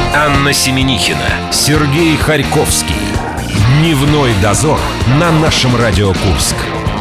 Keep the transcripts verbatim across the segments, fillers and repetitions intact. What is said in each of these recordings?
Анна Семенихина, Сергей Харьковский. Дневной дозор на нашем Радио Курск.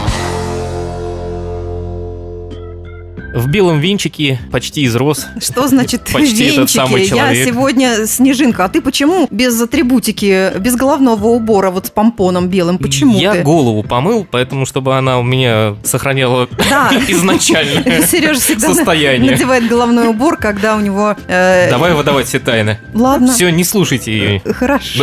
В белом венчике почти изрос. Что значит почти венчики? Этот самый человек. Я сегодня Снежинка. А ты почему без атрибутики, без головного убора, вот с помпоном белым? Почему Я ты? голову помыл, поэтому чтобы она у меня сохраняла Да. изначальное Сережа всегда состояние. надевает головной убор, когда у него... э, Давай выдавать все тайны. Ладно. Все, не слушайте ее. Хорошо.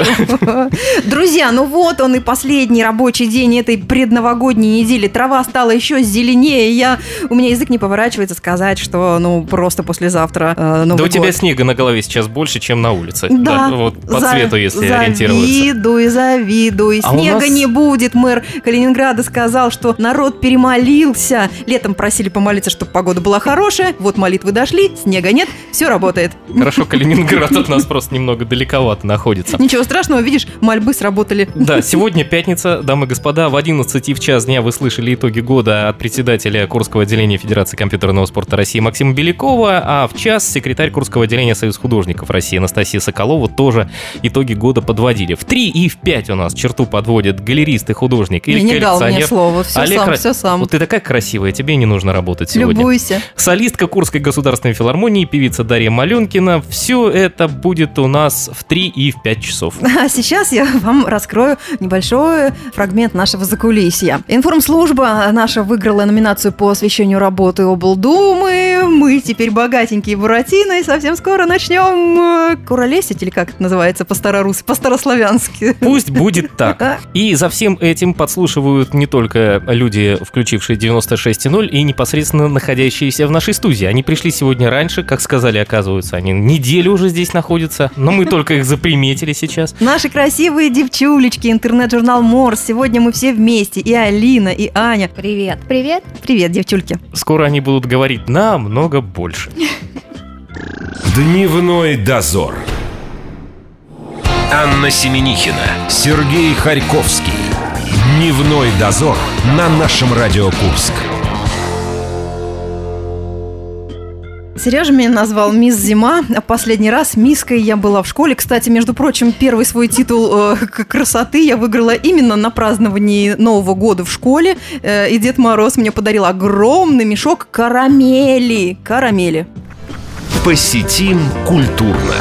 Друзья, ну вот он и последний рабочий день этой предновогодней недели. Трава стала еще зеленее. Я... У меня язык не поворачивается сказать, что ну просто послезавтра э, Новый Да у тебя год. снега на голове сейчас больше, чем на улице. Да, вот по за- цвету, если ориентироваться. Завидуй, завидуй. А у Снега нас- не будет. Мэр Калининграда сказал, что народ перемолился. Летом просили помолиться, чтобы погода была хорошая. Вот молитвы дошли, снега нет, все работает. Хорошо, Калининград от нас просто немного далековато находится. Ничего страшного, видишь, мольбы сработали. Да, сегодня пятница, дамы и господа, в одиннадцать и в час дня вы слышали итоги года от председателя Курского отделения Федерации компьютерного спорта России Максима Белякова, а в час секретарь Курского отделения Союз художников России Анастасия Соколова тоже итоги года подводили. В три и в пять у нас черту подводит галерист и художник или Не дал мне коллекционер. слово, все Олег сам, Ра- все сам. Вот ты такая красивая, тебе не нужно работать сегодня. Любуйся. Солистка Курской государственной филармонии, певица Дарья Маленкина. Все это будет у нас в три и в пять часов. А сейчас я вам раскрою небольшой фрагмент нашего закулисья. Информслужба наша выиграла номинацию по освещению работы облдумы. Мы теперь богатенькие буратино, и совсем скоро начнем э, куролесить, или как это называется по-старорусски, по-старославянски. Пусть будет так. И за всем этим подслушивают не только люди, включившие девяносто шесть и ноль, и непосредственно находящиеся в нашей студии. Они пришли сегодня раньше, как сказали, оказывается, они неделю уже здесь находятся, но мы только их заприметили сейчас. Наши красивые девчулечки, интернет-журнал Морс. Сегодня мы все вместе, и Алина, и Аня. Привет. Привет. Привет, девчульки. Скоро они будут говорить намного больше. Дневной дозор. Анна Семенихина, Сергей Харьковский. Дневной дозор на нашем Радио Курск. Сережа меня назвал «Мисс Зима», а последний раз мисской я была в школе. Кстати, между прочим, первый свой титул э, красоты я выиграла именно на праздновании Нового года в школе. Э, и Дед Мороз мне подарил огромный мешок карамели. Карамели. Посетим культурно.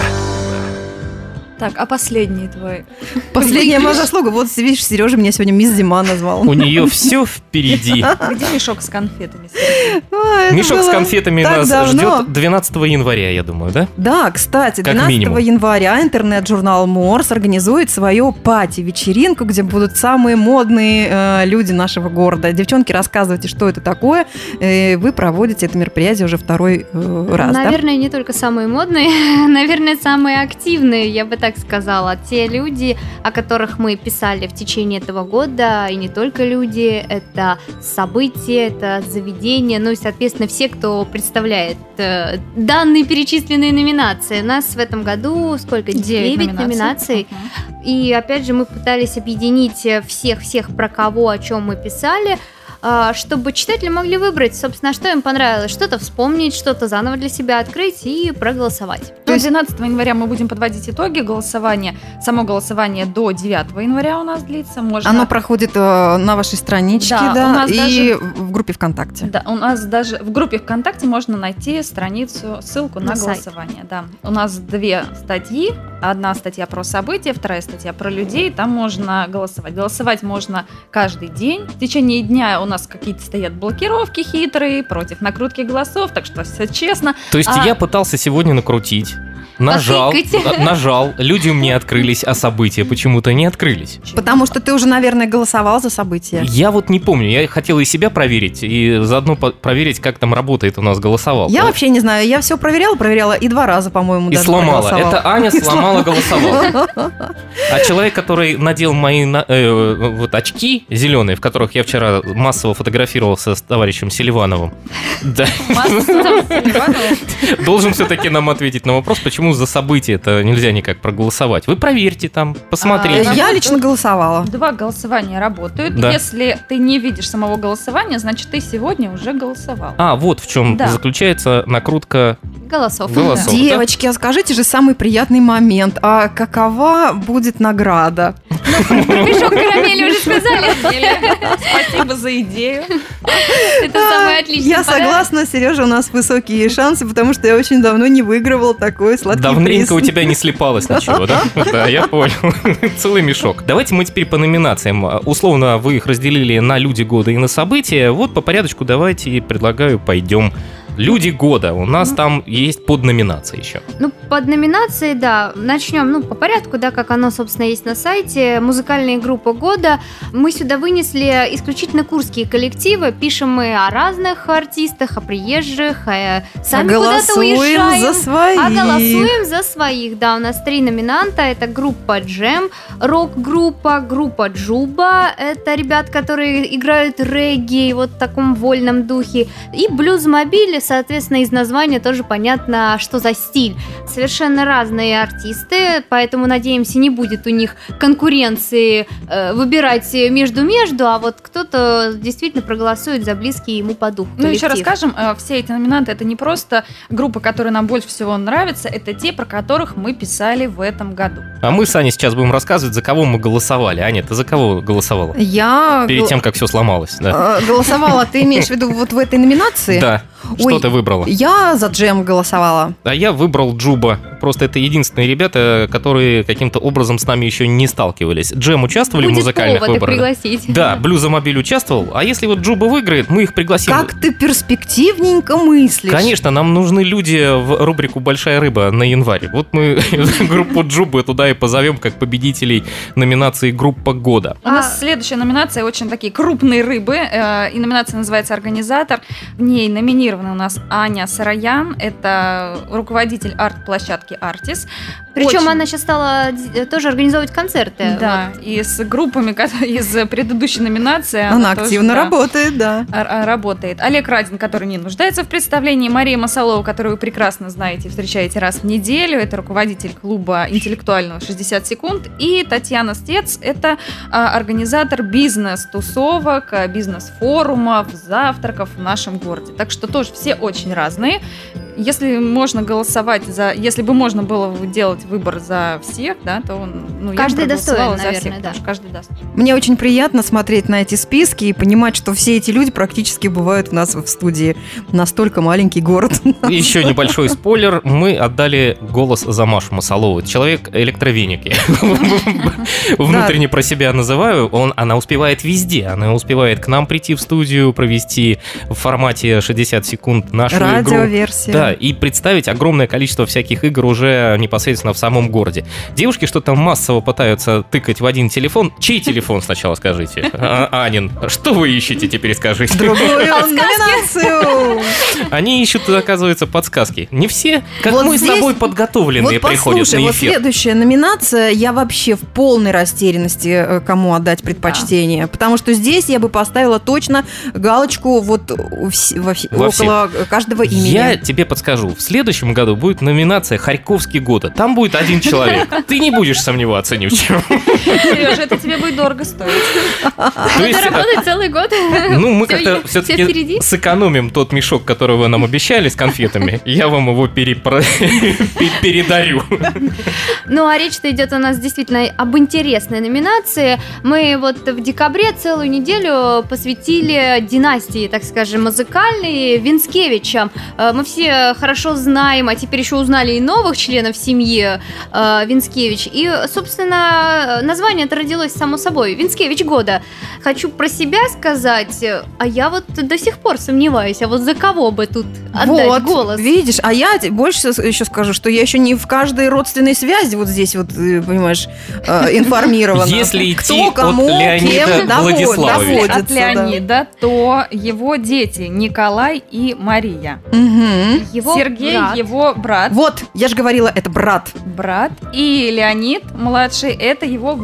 Так, а последний твой? Последняя моя заслуга. Вот, видишь, Сережа меня сегодня «Мисс Зима» назвал. У нее все впереди. Где мешок с конфетами? А, это Мешок с было конфетами так нас давно. ждет двенадцатого января, я думаю, да? Да, кстати, Как двенадцатого минимум. января интернет-журнал Морс организует свою пати-вечеринку, где будут самые модные э, люди нашего города. Девчонки, рассказывайте, что это такое. Э, вы проводите это мероприятие уже второй э, раз, да? Наверное, не только самые модные, наверное, самые активные, я бы так сказала. Те люди, о которых мы писали в течение этого года, и не только люди, это события, это заведения, ну и, соответственно, все, кто представляет э, данные перечисленные номинации. У нас в этом году сколько? Девять Девять номинаций. Мгм. И опять же мы пытались объединить всех-всех, про кого, о чем мы писали, а, чтобы читатели могли выбрать, собственно, что им понравилось, что-то вспомнить, что-то заново для себя открыть и проголосовать. То есть двенадцатого января мы будем подводить итоги голосования. Само голосование до девятого января у нас длится. Можно... Оно проходит э, на вашей страничке, Да, да, у нас и даже- в группе ВКонтакте. Да, у нас даже в группе ВКонтакте можно найти страницу, ссылку на, На сайт. голосование. Да. У нас две статьи. Одна статья про события, вторая статья про людей. Там можно голосовать. Голосовать можно каждый день. В течение дня у нас какие-то стоят блокировки хитрые против накрутки голосов, так что все честно. То есть А- я пытался сегодня накрутить. Нажал, Потыкать. а- нажал, люди мне открылись, а события почему-то не открылись. Потому что ты уже, наверное, голосовал за события. Я вот не помню, я хотел и себя проверить, и заодно по- проверить, как там работает у нас голосовалка. Я вообще не знаю, я все проверяла, проверяла и два раза, по-моему, И даже сломала. проголосовала. Это Аня сломала голосовалку. А человек, который надел мои на- э, вот очки зеленые, в которых я вчера массово фотографировался с товарищем Селивановым, да, должен все-таки нам ответить на вопрос, почему почему за событие это нельзя никак проголосовать? Вы проверьте там, посмотрите. Я лично голосовала. Два голосования работают. Да. Если ты не видишь самого голосования, значит, ты сегодня уже голосовал. А, вот в чем Да. заключается накрутка Голосов. голосов. да? Девочки, а скажите же самый приятный момент. А какова будет награда? Мешок карамели уже сказали. Спасибо за идею. Это самый отличный Я подарок. согласна, Сережа, у нас высокие шансы, потому что я очень давно не выигрывала такой сладкий Давненько приз. у тебя не слепалось ничего, да? Да, я понял. Целый мешок. Давайте мы теперь по номинациям. Условно, вы их разделили на люди года и на события. Вот по порядочку давайте, предлагаю, пойдем. Люди года. У нас там есть подноминации еще. Ну, под номинацией, да, начнем, ну, по порядку, да, как оно, собственно, есть на сайте. Музыкальная группа года. Мы сюда вынесли исключительно курские коллективы. Пишем мы о разных артистах, о приезжих, э, сами куда-то Голосуем уезжаем. за своих. А голосуем за своих, да, у нас три номинанта, это группа Джем, рок-группа, группа Джуба, это ребят, которые играют регги, вот в таком вольном духе, и Блюз-мобиль, соответственно, из названия тоже понятно, что за стиль. Совершенно разные артисты, поэтому, надеемся, не будет у них конкуренции э, выбирать между-между, а вот кто-то действительно проголосует за близкий ему по духу Ну, еще коллектив. расскажем, э, все эти номинанты, это не просто группы, которые нам больше всего нравятся, это те, про которых мы писали в этом году. А мы с Аней сейчас будем рассказывать, за кого мы голосовали. Аня, ты за кого голосовала? Я Перед гол- тем, как все сломалось, да? э, голосовала, ты имеешь в виду вот в этой номинации? Да. Что Ой, ты выбрала? Я за Джем голосовала. А я выбрал Джуба. Просто это единственные ребята, которые каким-то образом с нами еще не сталкивались. Джем участвовали Будет в музыкальных повод их выборах? пригласить. Да, Блюзомобиль участвовал. А если вот Джуба выиграет, мы их пригласим. Как ты перспективненько мыслишь. Конечно, нам нужны люди в рубрику «Большая рыба» на январь. Вот мы группу Джубы туда и позовем как победителей номинации «Группа года». У нас следующая номинация очень такие крупные рыбы, э, и номинация называется «Организатор». В ней номинированы у нас Аня Сараян, это руководитель арт-площадки «Артис». Причем Очень- она сейчас стала э, тоже организовывать концерты. Да, и с группами ко- из предыдущей номинации Она тоже, активно да, работает, да. р- р- работает. Олег Радин, который не нуждается в представлении, Мария Масалова, которую вы прекрасно знаете и встречаете раз в неделю, это руководитель клуба интеллектуального шестьдесят секунд, и Татьяна Стец, это а, организатор бизнес-тусовок, а, бизнес-форумов, завтраков в нашем городе. Так что тоже все очень разные. Если можно голосовать за, если бы можно было делать выбор за всех, да, то он, ну, я Каждый бы проголосовала достоин, за наверное, всех, да. потому что каждый достоин. Мне очень приятно смотреть на эти списки и понимать, что все эти люди практически бывают у нас в студии. Настолько маленький город. Еще небольшой спойлер. Мы отдали голос за Машу Масалову. Человек электровеник. Я внутренне про себя называю. Он, она успевает везде. Она успевает к нам прийти в студию, провести в формате шестьдесят секунд нашу игру. Радиоверсия. Да, и представить огромное количество всяких игр уже непосредственно в самом городе. Девушки что-то массово пытаются тыкать в один телефон. Чей телефон сначала скажите? А, Анин, что вы ищете, теперь скажите? Другую номинацию. Они ищут, оказывается, подсказки. Не все, как Вот мы с здесь- тобой подготовленные, Вот приходят послушай, на вот эфир. следующая номинация, я вообще в полной растерянности, э, кому отдать предпочтение. Потому что здесь я бы поставила точно галочку вот у вс- во вс- Во около каждого имени. Я тебе подскажу. В следующем году будет номинация «Харьковский года». Там будет один человек. Ты не будешь сомневаться ни в чем. Сережа, это тебе будет дорого стоить. То есть, Надо работать целый год. ну, мы Всё как-то е- всё все-таки впереди. сэкономим тот мешок, который вы нам обещали с конфетами. Я вам его перепро- пе- передарю. Ну, а речь-то идет у нас действительно об интересной номинации. Мы вот в декабре целую неделю посвятили династии, так скажем, музыкальной Винскевича. Э, Мы все хорошо знаем, а теперь еще узнали и новых членов семьи э, Винскевич. И, собственно, название это родилось само собой. Винскевич года. Хочу про себя сказать, а я вот до сих пор сомневаюсь, а вот за кого бы тут отдать Вот, голос? видишь, а я те- больше еще скажу, что я еще не в каждой родственной связи вот здесь вот, э, понимаешь, э, информирована. Если идти Кто от кому, Леонида кем дово- Владиславовича. доводится, От Леонида, то его дети Николай и Мария. да. Мгм. Его Сергей, брат. его брат. Вот, я же говорила, это брат. Брат. И Леонид, младший, это его внук.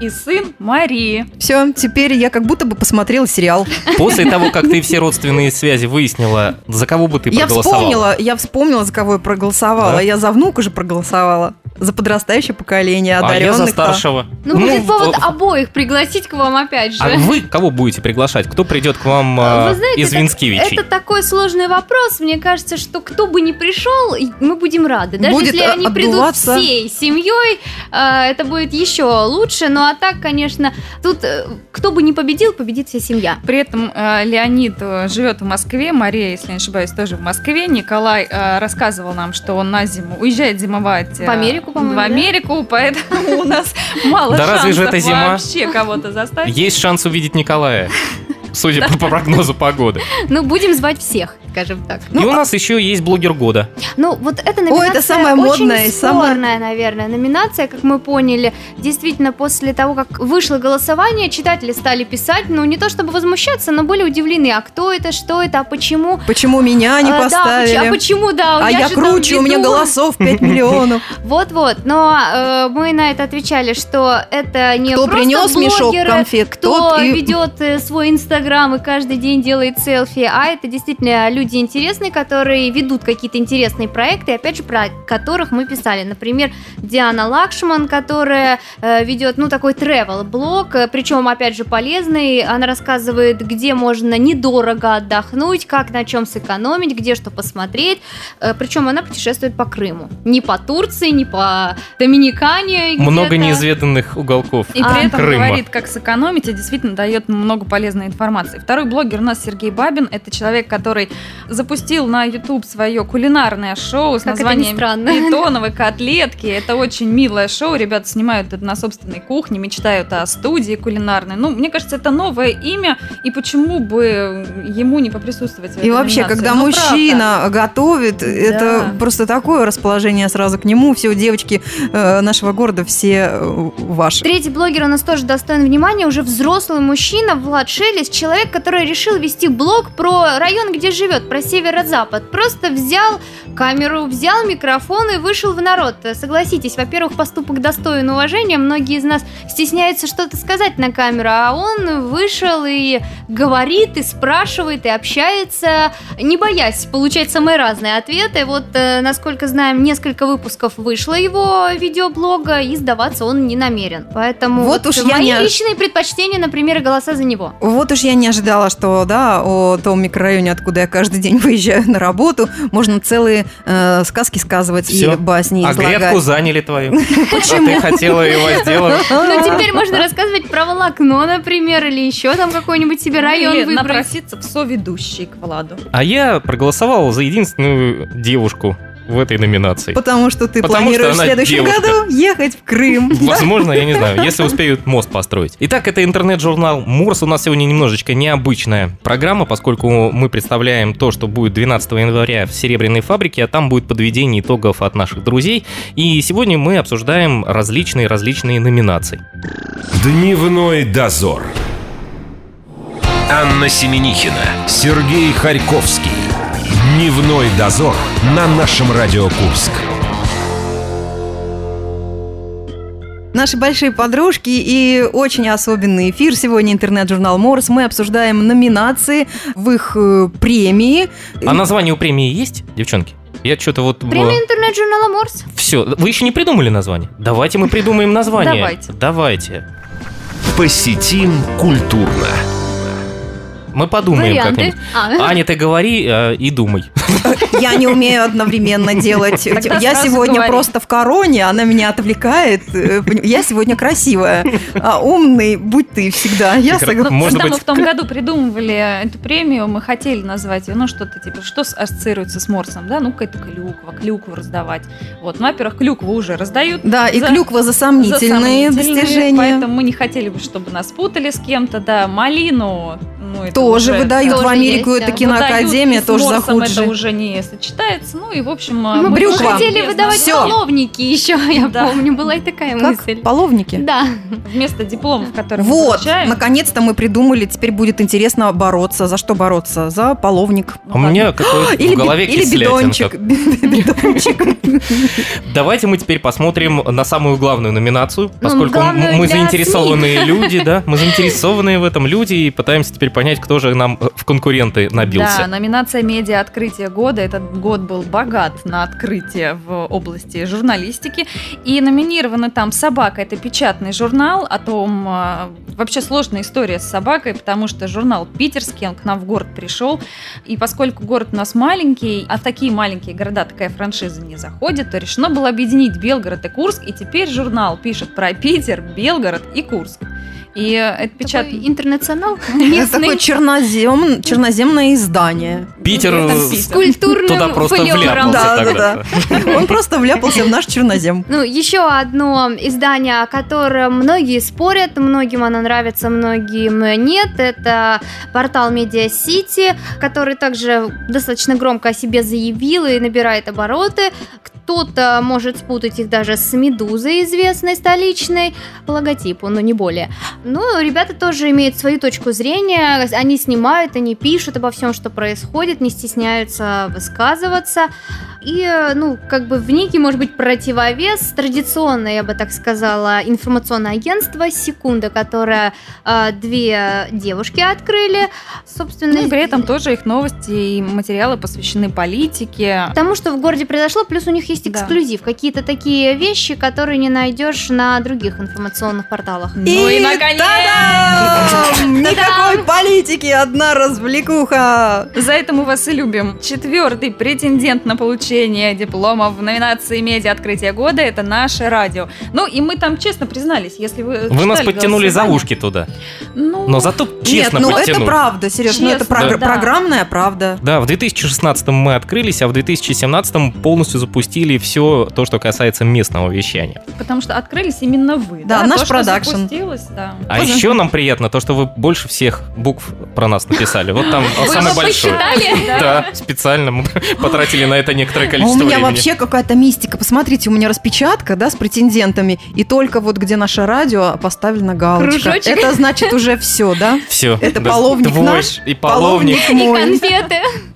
и сын Марии. Все, теперь я как будто бы посмотрела сериал. После того, как ты все родственные связи выяснила, за кого бы ты Я проголосовала? вспомнила, я вспомнила, за кого я проголосовала. Да? Я за внука же проголосовала. За подрастающее поколение, А я одаренных. за старшего. Ну, будет повод в- обоих пригласить к вам опять же. А вы кого будете приглашать? Кто придет к вам а, Вы знаете, из это- Винскевичей? Это такой сложный вопрос. Мне кажется, что кто бы ни пришел, и мы будем рады. Даже Будет если они придут отдуваться. всей семьей, э, это будет еще лучше. Ну а так, конечно, тут э, кто бы ни победил, победит вся семья. При этом э, Леонид э, живет в Москве, Мария, если не ошибаюсь, тоже в Москве. Николай э, рассказывал нам, что он на зиму уезжает зимовать э, В Америку, по-моему, В да? Америку, поэтому у нас мало Да разве же шансов это зима? вообще кого-то заставить. Есть шанс увидеть Николая, судя по прогнозу погоды. Ну, будем звать всех, скажем так. И у нас еще есть блогер года. Ну, вот эта номинация это самая очень модная и самая- спорная, наверное, номинация, как мы поняли. Действительно, после того, как вышло голосование, читатели стали писать, ну, не то чтобы возмущаться, но были удивлены, а кто это, что это, а почему? Почему меня не А, да, поставили? поч- а почему, да, А я же там круче, у меня веду. голосов пять миллионов. Вот-вот, но э, мы на это отвечали, что это не Кто просто принес мешок блогеры, конфет, кто тот и... ведет э, свой инстаграм и каждый день делает селфи, а это действительно люди интересные, которые ведут какие-то интересные проекты, опять же, про которых мы писали. Например, Диана Лакшман, которая э, ведет, ну, такой travel-блог, э, причем, опять же, полезный. Она рассказывает, где можно недорого отдохнуть, как на чем сэкономить, где что посмотреть. Э, причем она путешествует по Крыму. Не по Турции, не по Доминикане. Много где-то. неизведанных уголков И А, при этом Крыма. говорит, как сэкономить, и действительно дает много полезной информации. Второй блогер у нас Сергей Бабин. Это человек, который запустил на YouTube свое кулинарное шоу с Как это ни названием странно. «Бетоновые котлетки». Это очень милое шоу. Ребята снимают это на собственной кухне, мечтают о студии кулинарной. Ну, мне кажется, это новое имя, и почему бы ему не поприсутствовать в этой И вообще, номинации? когда Ну, мужчина готовит, это просто такое расположение сразу к нему. Все девочки э, нашего города, все э, ваши. Третий блогер у нас тоже достоин внимания, уже взрослый мужчина, Влад Шелест, человек, который решил вести блог про район, где живет, про северо-запад. Просто взял камеру, взял микрофон и вышел в народ. Согласитесь, во-первых, поступок достоин уважения, многие из нас стесняются что-то сказать на камеру, а он вышел и говорит, и спрашивает, и общается, не боясь получать самые разные ответы. Вот, э, насколько знаем, несколько выпусков вышло его видеоблога, и сдаваться он не намерен. Поэтому Вот уж я мои не- личные предпочтения, например, и голоса за него. Вот уж я не ожидала, что да, о том микрорайоне, откуда я каждый день выезжаю на работу, можно целые э, сказки сказывать Всё. и басни А излагать. грядку заняли твою. Почему? А ты хотела ее возделывать. Ну, теперь можно рассказывать про волокно, например, или еще там какой-нибудь себе район Или выбрать. напроситься в соведущий к Владу. А я проголосовал за единственную девушку в этой номинации. Потому что ты Потому планируешь что в она следующем девушка. году ехать в Крым. Возможно, я не знаю, если успеют мост построить. Итак, это интернет-журнал Мурс. У нас сегодня немножечко необычная программа, поскольку мы представляем то, что будет двенадцатого января в Серебряной фабрике, а там будет подведение итогов от наших друзей. И сегодня мы обсуждаем различные-различные номинации. Дневной дозор. Анна Семенихина, Сергей Харьковский. Дневной дозор на нашем Радио Курск. Наши большие подружки и очень особенный эфир. Сегодня интернет-журнал Морс. Мы обсуждаем номинации в их э, премии. А название у премии есть, девчонки? Я что-то вот... Премия интернет-журнала Морс. Все, вы еще не придумали название? Давайте мы придумаем название. Давайте. Давайте. Посетим культурно. Мы подумаем Варианты. как-нибудь. А, Аня, ты говори э, и думай. Я не умею одновременно делать. Тогда Я сразу сегодня говори. просто в короне, она меня отвлекает. Э, Я сегодня красивая. А умный будь ты всегда. Я Как раз- согласна. Может Когда быть, мы в том году придумывали эту премию, мы хотели назвать ее, ну, что-то типа, что с- ассоциируется с Морсом, да, ну, какая-то клюква, клюкву раздавать. Вот, ну, во-первых, клюкву уже раздают. Да, и За- клюква за за сомнительные сомнительные, достижения. Поэтому мы не хотели бы, чтобы нас путали с кем-то, да, малину ну, это Тоже уже- выдают тоже в Америку, есть, это да. киноакадемия, Выдают, и тоже с морсом захудшие. это уже не сочетается. Ну и, в общем... Мы бы брюква. хотели выдавать Всё. половники еще, я Да. помню, была и такая Как? мысль. Половники? Да. Вместо дипломов, которые мы Вот, получаем... наконец-то мы придумали, теперь будет интересно бороться. За что бороться? За половник. А у меня какой-то Или, в голове би- или кислятинка. бидончик. Бидончик. Давайте мы теперь посмотрим на самую главную номинацию, поскольку главную м- мы для заинтересованные люди, да, мы заинтересованные в этом люди и пытаемся теперь понять, кто же нам э, в конкуренты Да, набился. номинация «Медиа открытие года». Этот год был богат на открытие в области журналистики. И номинированы там «Собака». Это печатный журнал о том... э, Вообще сложная история с собакой, потому что журнал питерский, он к нам в город пришел. И поскольку город у нас маленький, а в такие маленькие города такая франшиза не заходит, то решено было объединить Белгород и Курск. И теперь журнал пишет про Питер, Белгород и Курск. И э, это печатный... Такой интернационал Это местный, такое чернозем, черноземное издание. Питер Ну, э, это с культурным туда просто флёром. вляпался Да, да, тогда. Он просто вляпался в наш чернозем. Ну, еще одно издание, о котором многие спорят, многим оно нравится, многим нет, это портал Media City, который также достаточно громко о себе заявил и набирает обороты. Кто-то может спутать их даже с Медузой, известной столичной, по логотипу, но не более. Ну, ребята тоже имеют свою точку зрения, они снимают, они пишут обо всем, что происходит, не стесняются высказываться. И, ну, как бы в некий, может быть, противовес традиционное, я бы так сказала, информационное агентство «Секунда», которое э, две девушки открыли, собственно. Ну, и при этом тоже их новости и материалы посвящены политике. Тому, что в городе произошло, плюс у них есть Да. эксклюзив, какие-то такие вещи, которые не найдешь на других информационных порталах. Ну и наконец! та-дам! Никакой политики, одна развлекуха. За это мы вас и любим. Четвертый претендент на получение диплома в номинации «Медиа открытие года» — это наше радио. Ну и мы там честно признались, если вы Вы нас читали подтянули за голосование. ушки туда. Ну, Но зато честно Нет, ну это подтянули. правда, Сереж, ну это Честно, прогр- да. программная правда. Да, в две тысячи шестнадцатом мы открылись, а в две тысячи семнадцатом полностью запустили все то, что касается местного вещания. потому что открылись именно вы. Да, наш то, что продакшн. запустилось, да. А еще нам приятно то, что вы больше всех букв про нас написали. Вот там Вы самый его большой. посчитали? Да, специально мы потратили на это некоторое А у количество меня времени. вообще какая-то мистика. Посмотрите, у меня распечатка, да, с претендентами, и только вот где наше радио поставлена галочка. Кружочек. Это значит уже все, да? Все. Это половник твой наш, и половник. И мой. конфеты.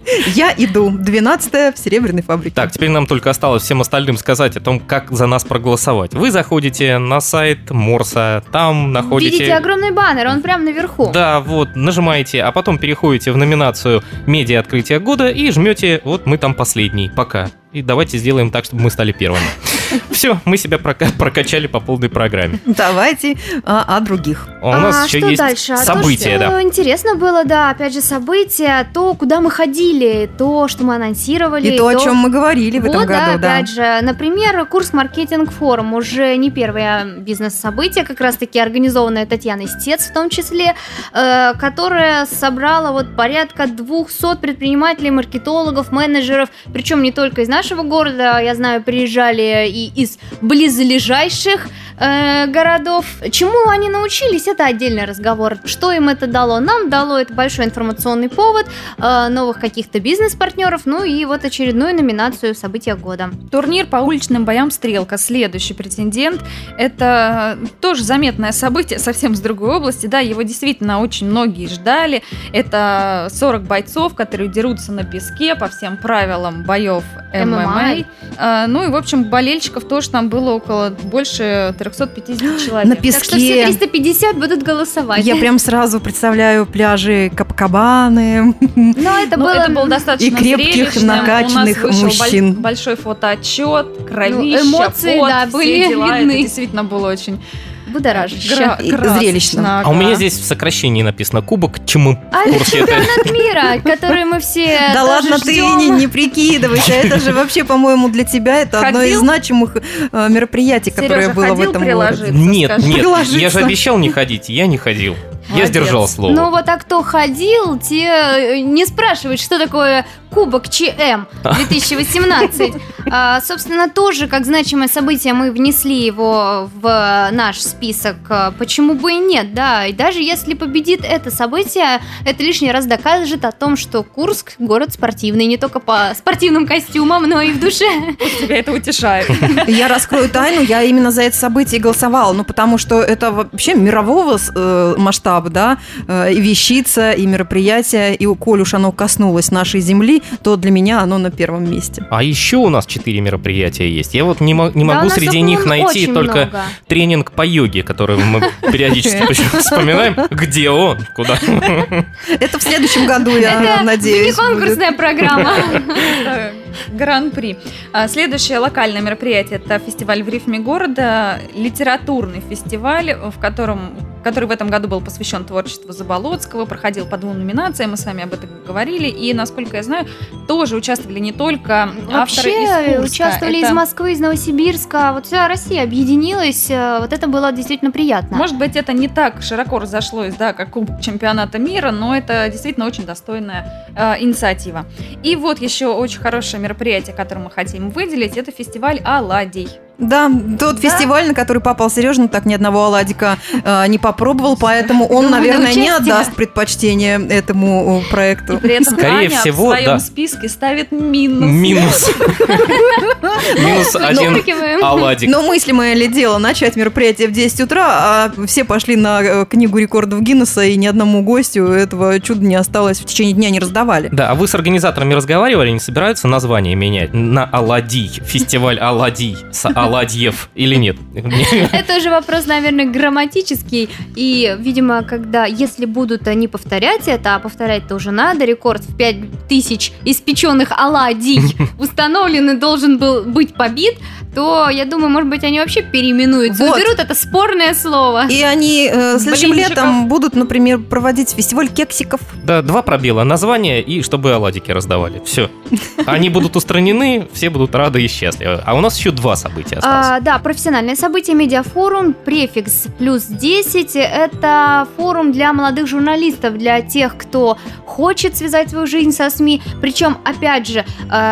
Я иду. двенадцатая в Серебряной фабрике. Так, теперь нам только осталось всем остальным сказать о том, как за нас проголосовать. Вы заходите на сайт Морса, там находите... Видите огромный баннер, он прям наверху. Да, вот, нажимаете, а потом переходите в номинацию «Медиа открытие года» и жмете «Вот мы там последний, пока». И давайте сделаем так, чтобы мы стали первыми. Все, мы себя прока- прокачали по полной программе. Давайте а, о других. А у нас а еще что есть дальше? А события, то, что да. интересно было, да, опять же, события, то, куда мы ходили, то, что мы анонсировали. И то, о чем мы говорили в Вот, этом году, да. опять же, например, курс «Маркетинг-форум» уже не первое бизнес-событие, как раз-таки организованное Татьяной Стец в том числе, э, которая собрала вот порядка двухсот предпринимателей, маркетологов, менеджеров, причем не только из нашего города, я знаю, приезжали и из близлежащих э, городов. Чему они научились, это отдельный разговор. Что им это дало? Нам дало это большой информационный повод, э, новых каких-то бизнес-партнеров, ну и вот очередную номинацию «События года». Турнир по уличным боям «Стрелка». Следующий претендент. Это тоже заметное событие, совсем с другой области. Да, его действительно очень многие ждали. Это сорок бойцов, которые дерутся на песке по всем правилам боев эм эм а. А, Ну и, в общем, болельщиков тоже там было около больше трехсот пятидесяти человек. На Так что все песке. триста пятьдесят будут голосовать. Я прям сразу представляю пляжи Капакабаны. Но это Ну, было... это было достаточно и крепких, зрелищным. накачанных У нас вышел мужчин. боль- большой фотоотчет, кровища, Ну, эмоции, пот, да, все были дела. видны. Это действительно было очень будоражище. гра- И красочно, зрелищно. А у меня ага. здесь в сокращении написано «Кубок ЧМ». А В это курсе это? чемпионат мира, который мы все Да тоже ладно, ты ждем. не, не прикидывайся. Это же вообще, по-моему, для тебя это одно из Ходил? значимых э, мероприятий, которое Сережа, было в ходил этом приложиться? городе. Нет, Скажи. нет, я Приложиться. же обещал не ходить, я не ходил. Я Молодец. сдержал слово. Ну вот, а кто ходил, те э, не спрашивают, что такое Кубок ЧМ две тысячи восемнадцать. А, собственно, тоже как значимое событие мы внесли его в наш список. Почему бы и нет, да. И даже если победит это событие, это лишний раз докажет о том, что Курск – город спортивный. Не только по спортивным костюмам, но и в душе. Пусть тебя это утешает. Я раскрою тайну, я именно за это событие голосовала. Ну, потому что это вообще мирового э, масштаба, да, э, и вещица, и мероприятие. И коль уж оно коснулось нашей земли, то для меня оно на первом месте. А еще у нас четыре мероприятия есть. Я вот не, мо- не могу да, среди них найти только много. тренинг по йоге, который мы периодически вспоминаем. Где он? Куда? Это в следующем году, я надеюсь. Это не конкурсная программа. Гран-при. А, Следующее локальное мероприятие – это фестиваль в рифме города, литературный фестиваль, в котором, который в этом году был посвящен творчеству Заболоцкого, проходил по двум номинациям, мы с вами об этом говорили, и, насколько я знаю, тоже участвовали не только авторы из Вообще Курска. участвовали Это, из Москвы, из Новосибирска, вот вся Россия объединилась, вот это было действительно приятно. Может быть, это не так широко разошлось, да, как Кубок чемпионата мира, но это действительно очень достойная э, инициатива. И вот еще очень хорошее мероприятие, которое мы хотим выделить, это фестиваль «Оладий». Да, тот Да. фестиваль, на который попал Сережа, ну так ни одного оладика э, не попробовал, поэтому он, Думаю, наверное, не участие. отдаст предпочтение этому э, проекту. И при этом Скорее Аня всего, в своем да. списке ставит минус. Минус. Минус один Подчеркиваем. оладик. Но мыслимое ли дело начать мероприятие в десять утра, а все пошли на э, книгу рекордов Гиннесса, и ни одному гостю этого чуда не осталось, в течение дня не раздавали. Да, а вы с организаторами разговаривали, не собираются название менять на оладий? Фестиваль оладий с оладьев или нет? Это уже вопрос, наверное, грамматический. И, видимо, когда, если будут они повторять это, а повторять тоже надо, рекорд в пять тысяч испеченных оладий установленный должен был быть побит, то, я думаю, может быть, они вообще переименуются. Вот. Уберут это спорное слово. И они э, следующим Блинчиков. летом будут, например, проводить фестиваль кексиков. Да, два пробела, название и чтобы оладики раздавали. Все. Они будут устранены, все будут рады и счастливы. А у нас еще два события осталось. А, да, профессиональное событие, медиафорум, префикс плюс десять. Это форум для молодых журналистов, для тех, кто хочет связать свою жизнь со СМИ. Причем, опять же,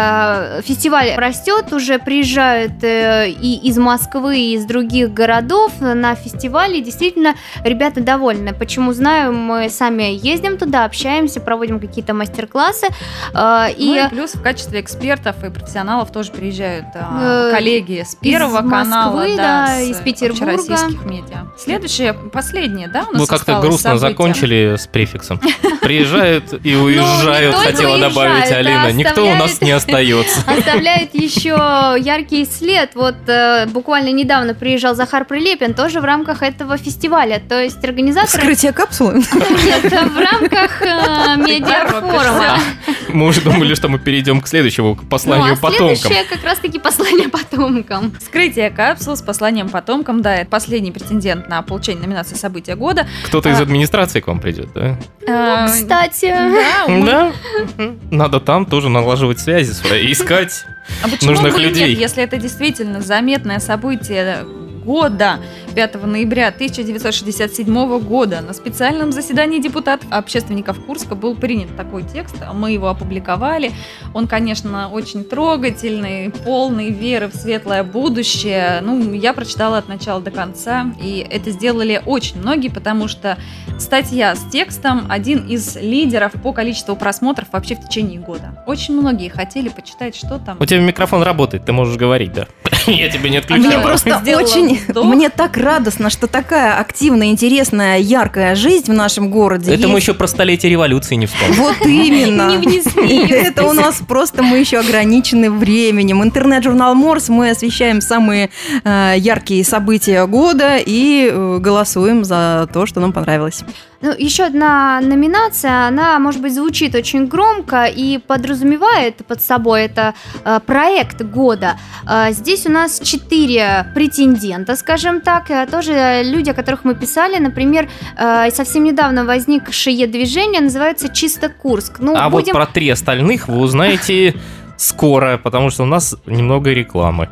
э, фестиваль растет, уже приезжают э, и из Москвы, и из других городов на фестивале. Действительно, ребята довольны. Почему знаю, мы сами ездим туда, общаемся, проводим какие-то мастер-классы. Э, и Ну и плюс в качестве экспертов и профессионалов тоже приезжают а, Э, коллеги с Первого из канала, Москвы, да, да, с из Петербурга. общероссийских медиа. Следующее, последнее, да, у нас Вы как-то осталось грустно событие? закончили с префиксом. Приезжают и уезжают, только хотела добавить уезжают, Алина. да, Никто у нас оставляют. не остается. Оставляет еще яркий след. Вот э, буквально недавно приезжал Захар Прилепин, тоже в рамках этого фестиваля. То есть организаторы... Вскрытие капсулы. Нет, в рамках э, медиафорума. Мы уже думали, что мы перейдем к следующему, к посланию Ну, а потомкам. следующее как раз-таки послание потомкам. Вскрытие капсул с посланием потомкам, да, это последний претендент на получение номинации «События года». Кто-то из А. администрации к вам придет, да? А, Кстати, да, мы- Да. Мгм. Надо там тоже налаживать связи свои, искать. А почему нужных бы и людей. нет, если это действительно заметное событие года, пятого ноября тысяча девятьсот шестьдесят седьмого года на специальном заседании депутатов общественников Курска был принят такой текст, мы его опубликовали. Он, конечно, очень трогательный, полный веры в светлое будущее. Ну, я прочитала от начала до конца, и это сделали очень многие, потому что статья с текстом один из лидеров по количеству просмотров вообще в течение года. Очень многие хотели почитать, что там. У тебя микрофон работает, ты можешь говорить, да? Я тебя не Мне отключала. просто Сделала очень, вдох. мне так радостно, что такая активная, интересная, яркая жизнь в нашем городе. Это мы есть. еще про столетие революции не вспомнили. Вот именно. не внесли её в Это у нас просто мы еще ограничены временем. Интернет-журнал Морс, мы освещаем самые э, яркие события года и э, голосуем за то, что нам понравилось. Ну, еще одна номинация, она, может быть, звучит очень громко и подразумевает под собой это э, проект года. Э, здесь у нас четыре претендента, скажем так, э, тоже люди, о которых мы писали. Например, э, совсем недавно возникшее движение называется «Чисто Курск». Ну, А будем... вот про три остальных вы узнаете скоро, потому что у нас немного рекламы.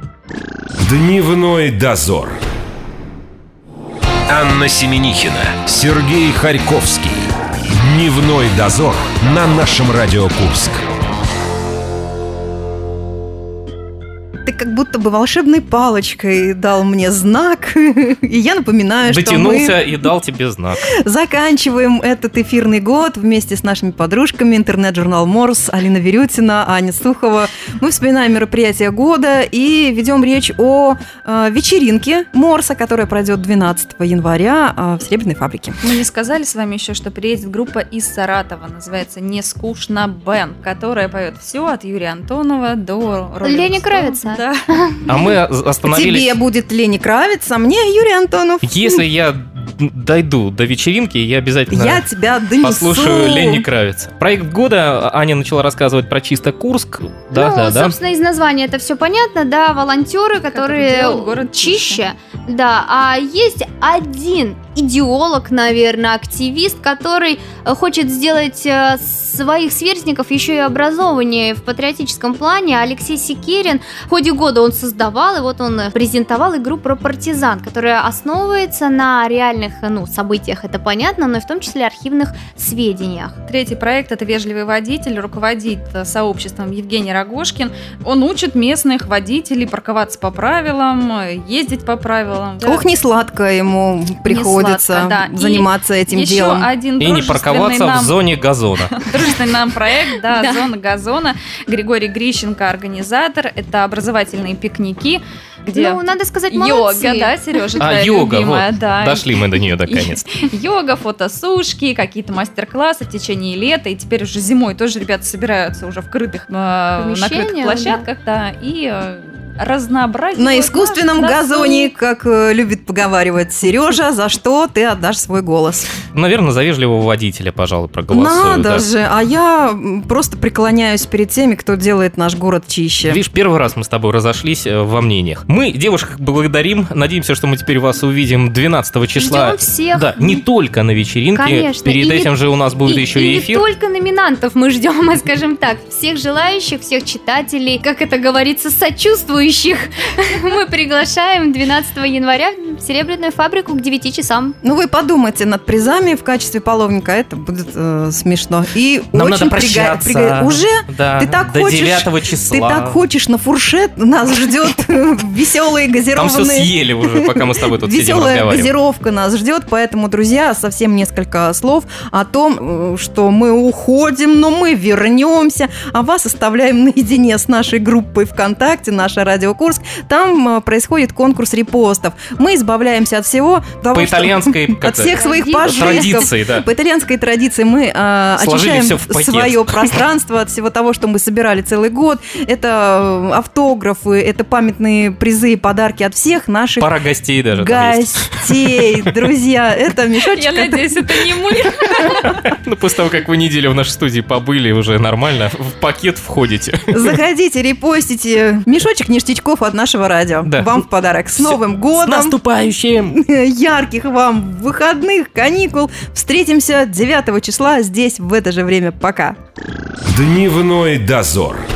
Дневной дозор. Анна Семенихина, Сергей Харьковский. Дневной дозор на нашем Радио Курск. как будто бы волшебной палочкой дал мне знак, и я напоминаю, Дотянулся что мы и дал тебе знак. заканчиваем этот эфирный год вместе с нашими подружками. Интернет-журнал Морс, Алина Верютина, Аня Сухова. Мы вспоминаем мероприятия года и ведем речь о э, вечеринке Морса, которая пройдет двенадцатого января э, в Серебряной фабрике. Мы не сказали с вами еще, что приедет группа из Саратова, называется «Не скучно Бен», которая поет все от Юрия Антонова до Роллинг Лени Стоунс. Кравица. Да. А мы остановились... Тебе будет Лени Кравец, а мне Юрий Антонов. Если я дойду до вечеринки, я обязательно Я тебя донесу. послушаю Лени Кравец. Проект года Аня начала рассказывать про чисто Курск. Да, ну, да, да. собственно, из названия это все понятно, да, волонтеры, которые делают город чище. чище. Да, а есть один идеолог, наверное, активист, который э, хочет сделать э, своих сверстников еще и образованнее в патриотическом плане. Алексей Секерин. В ходе года он создавал, и вот он презентовал игру про партизан, которая основывается на реальных, ну, событиях, это понятно, но и в том числе архивных сведениях. Третий проект – это «Вежливый водитель», руководит сообществом Евгений Рогошкин. Он учит местных водителей парковаться по правилам, ездить по правилам. Ох, не сладко ему приходится сладко, да. заниматься И этим еще делом. один И не парковаться нам... в зоне газона. Дружественный нам проект, да, Да. «Зона газона». Григорий Грищенко, организатор. Это образовательные пикники, где Ну, надо сказать, йога, молодцы. да, Сережа, А, твоя йога, любимая, вот. да. Дошли мы до нее наконец. Йога, фотосушки, какие-то мастер-классы в течение лета. И теперь уже зимой тоже ребята собираются уже в крытых, э, Помещениях, накрытых площадках, да, и э, разнообразие. На искусственном газоне, как э, любит поговаривать Сережа, за что ты отдашь свой голос. Наверное, за вежливого водителя, пожалуй, проголосую. Надо да. же, а я м, просто преклоняюсь перед теми, кто делает наш город чище. Видишь, первый раз мы с тобой разошлись э, во мнениях. Мы девушек благодарим. Надеемся, что мы теперь вас увидим двенадцатого числа. Ждем всех. Да, не только на вечеринке. Конечно. Перед И не- этим же у нас будет и, еще и и эфир. не только номинантов мы ждем, а, скажем так, всех желающих, всех читателей, как это говорится, сочувствующих. Мы приглашаем двенадцатого января в Серебряную фабрику к девяти часам. Ну, вы подумайте над призами в качестве половника, это будет э, смешно. И Нам очень надо прига- прощаться. прига- Уже? Да, Ты так до хочешь- девятого числа. Ты так хочешь на фуршет? Нас ждет веселые Там все газированные... съели уже, пока мы с тобой тут сидим Веселая разговариваем. газировка нас ждет, поэтому, друзья, совсем несколько слов о том, э, что мы уходим, но мы вернемся, а вас оставляем наедине с нашей группой ВКонтакте, наша Радио Курск. Там э, происходит конкурс репостов. Мы избавляемся от всего того, По что- итальянской от как-то всех своих Традиции. пожитков. традиции, да. По итальянской традиции мы э, Сложили очищаем всё в пакет. свое пространство от всего того, что мы собирали целый год. Это э, автографы, это памятные призы и подарки от всех наших Пара гостей даже там есть. гостей. Друзья, это мешочек. Я это- надеюсь, это не мы. Ну, после того, как вы неделю в нашей студии побыли, уже нормально, в пакет входите. Заходите, репостите. Мешочек ништячков от нашего радио. Да. Вам в подарок. С Новым С годом! наступающим! Ярких вам выходных, каникул. Встретимся девятого числа здесь в это же время. Пока. Дневной дозор.